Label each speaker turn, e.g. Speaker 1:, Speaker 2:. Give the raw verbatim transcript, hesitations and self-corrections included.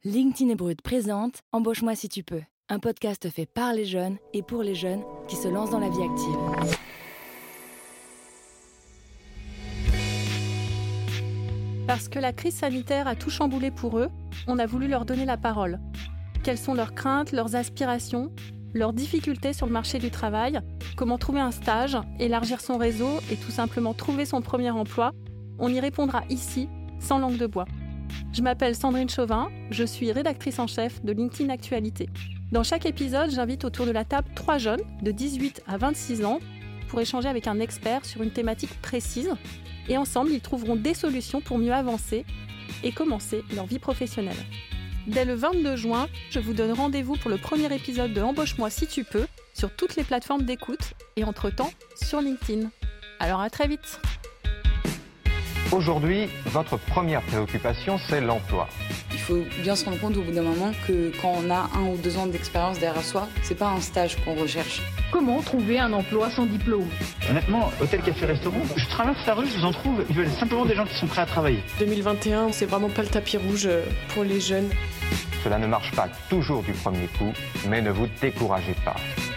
Speaker 1: LinkedIn et Brut présente Embauche-moi si tu peux, un podcast fait par les jeunes et pour les jeunes qui se lancent dans la vie active.
Speaker 2: Parce que la crise sanitaire a tout chamboulé pour eux, on a voulu leur donner la parole. Quelles sont leurs craintes, leurs aspirations, leurs difficultés sur le marché du travail, comment trouver un stage, élargir son réseau et tout simplement trouver son premier emploi, on y répondra ici, sans langue de bois. Je m'appelle Sandrine Chauvin, je suis rédactrice en chef de LinkedIn Actualité. Dans chaque épisode, j'invite autour de la table trois jeunes de dix-huit à vingt-six ans pour échanger avec un expert sur une thématique précise. Et ensemble, ils trouveront des solutions pour mieux avancer et commencer leur vie professionnelle. Dès le vingt-deux juin, je vous donne rendez-vous pour le premier épisode de Embauche-moi si tu peux sur toutes les plateformes d'écoute et entre-temps sur LinkedIn. Alors à très vite.
Speaker 3: Aujourd'hui, votre première préoccupation, c'est l'emploi.
Speaker 4: Il faut bien se rendre compte au bout d'un moment que quand on a un ou deux ans d'expérience derrière soi, c'est pas un stage qu'on recherche.
Speaker 5: Comment trouver un emploi sans diplôme ?
Speaker 6: Honnêtement, hôtel, café, restaurant, je traverse la rue, je vous en trouve, ils veulent simplement des gens qui sont prêts à travailler.
Speaker 7: deux mille vingt et un, c'est vraiment pas le tapis rouge pour les jeunes.
Speaker 3: Cela ne marche pas toujours du premier coup, mais ne vous découragez pas.